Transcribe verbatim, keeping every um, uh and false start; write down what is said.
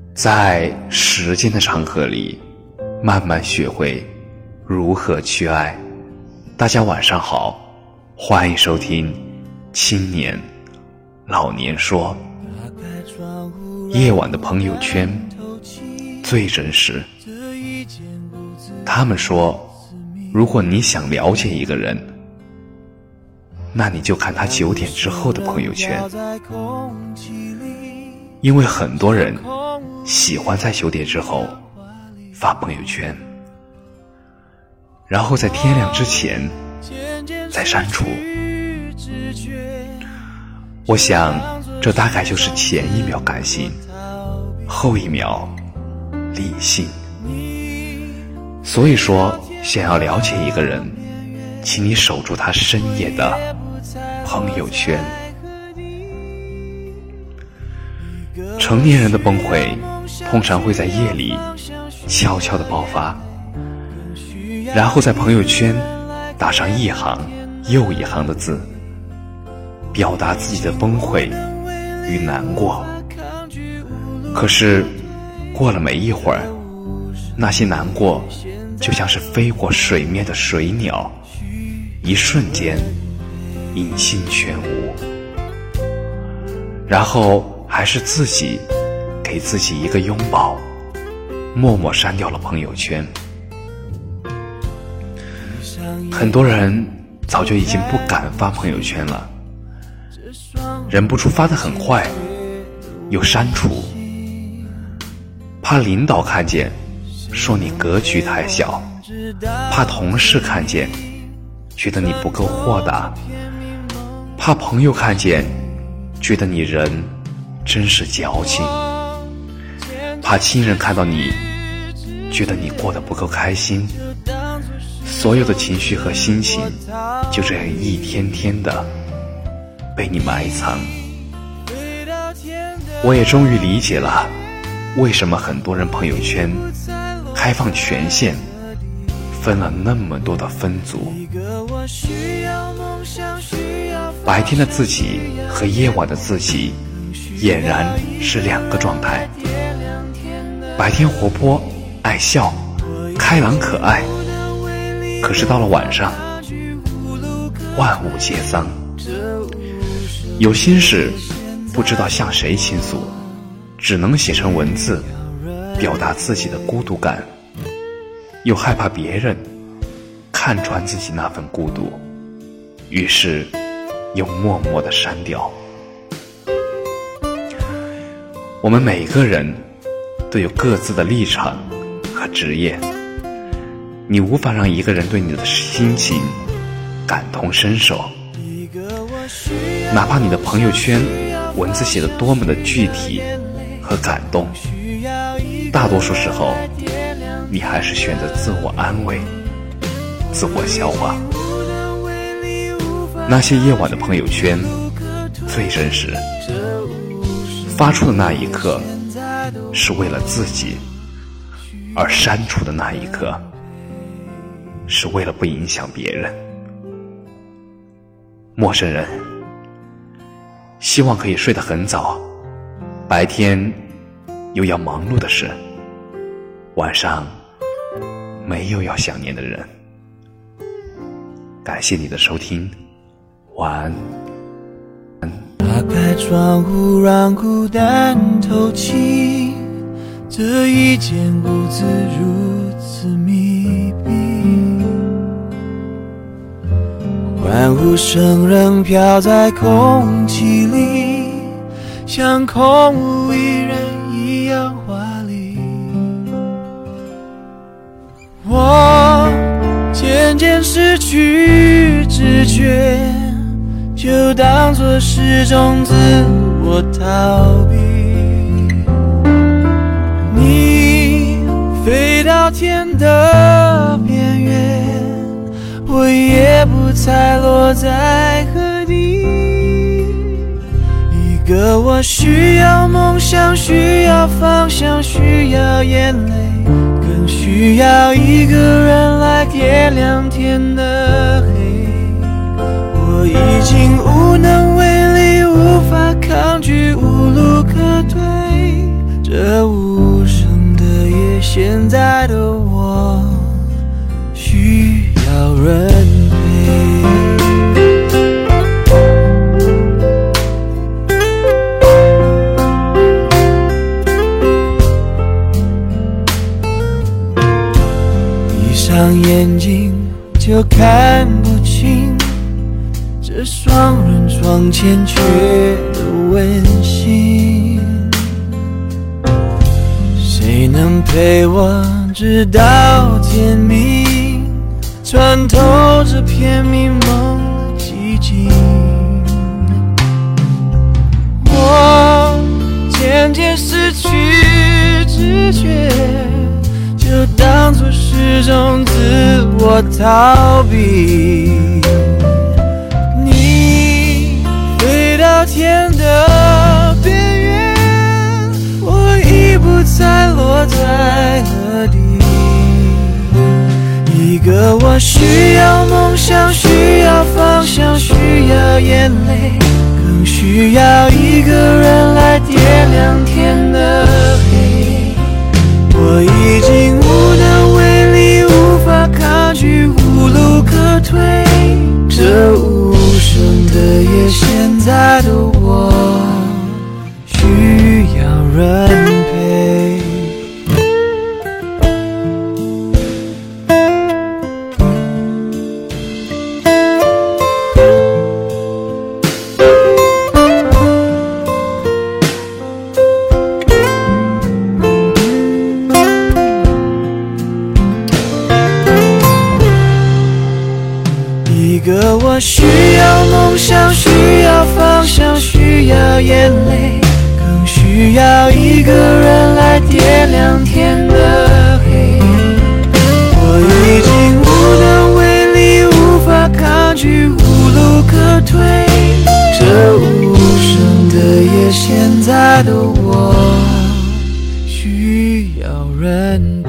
在时间的长河里慢慢学会如何去爱。大家晚上好，欢迎收听青年老年说。夜晚的朋友圈最真实。他们说，如果你想了解一个人，那你就看他九点之后的朋友圈，因为很多人喜欢在九点之后发朋友圈，然后在天亮之前再删除。我想这大概就是前一秒感性，后一秒理性。所以说，想要了解一个人，请你守住他深夜的朋友圈。成年人的崩溃通常会在夜里悄悄地爆发，然后在朋友圈打上一行又一行的字，表达自己的崩溃与难过。可是过了没一会儿，那些难过就像是飞过水面的水鸟，一瞬间音信全无，然后还是自己给自己一个拥抱，默默删掉了朋友圈。很多人早就已经不敢发朋友圈了，忍不住发得很坏，又删除，怕领导看见说你格局太小，怕同事看见觉得你不够豁达，怕朋友看见觉得你人真是矫情，怕亲人看到你觉得你过得不够开心。所有的情绪和心情就这样一天天的被你埋藏。我也终于理解了为什么很多人朋友圈开放权限，分了那么多的分组。白天的自己和夜晚的自己俨然是两个状态。白天活泼爱笑开朗可爱，可是到了晚上万物皆丧，有心事不知道向谁倾诉，只能写成文字表达自己的孤独感，又害怕别人看穿自己那份孤独，于是又默默地删掉。我们每个人都有各自的立场和职业，你无法让一个人对你的心情感同身受，哪怕你的朋友圈文字写得多么的具体和感动，大多数时候你还是选择自我安慰，自我消化。那些夜晚的朋友圈最真实，发出的那一刻是为了自己，而删除的那一刻是为了不影响别人。陌生人，希望可以睡得很早，白天有要忙碌的事，晚上没有要想念的人。感谢你的收听，晚安。 打开窗户让孤单透气，这一间屋子如此密闭，欢呼声仍飘在空气里，像空无一人一样华丽。我渐渐失去知觉，就当作是种自我逃避。你飞到天的边缘，我也不再落在河底。一个我需要梦想，需要方向，需要眼泪，更需要一个人来点亮天的黑。我已经无能为力，无法抗拒，无路可退，这无现在的我需要人陪。闭上眼睛就看不清这双人床欠缺的温馨，谁能陪我直到天明，穿透这片迷蒙的寂静。我渐渐失去知觉，就当作是种自我逃避。你飞到天的边缘，我已不再落在何地。一个我需要梦想，需要方向，需要眼泪，更需要一个人来点亮天的黑。我已经无能为力，无法抗拒，无路可退。这无声的夜，现在的我需要人陪。一个我需要梦想，需要方向，需要眼泪，更需要一个人来点亮天的黑。我已经无能为力，无法抗拒，无路可退。这无声的夜，现在的我需要人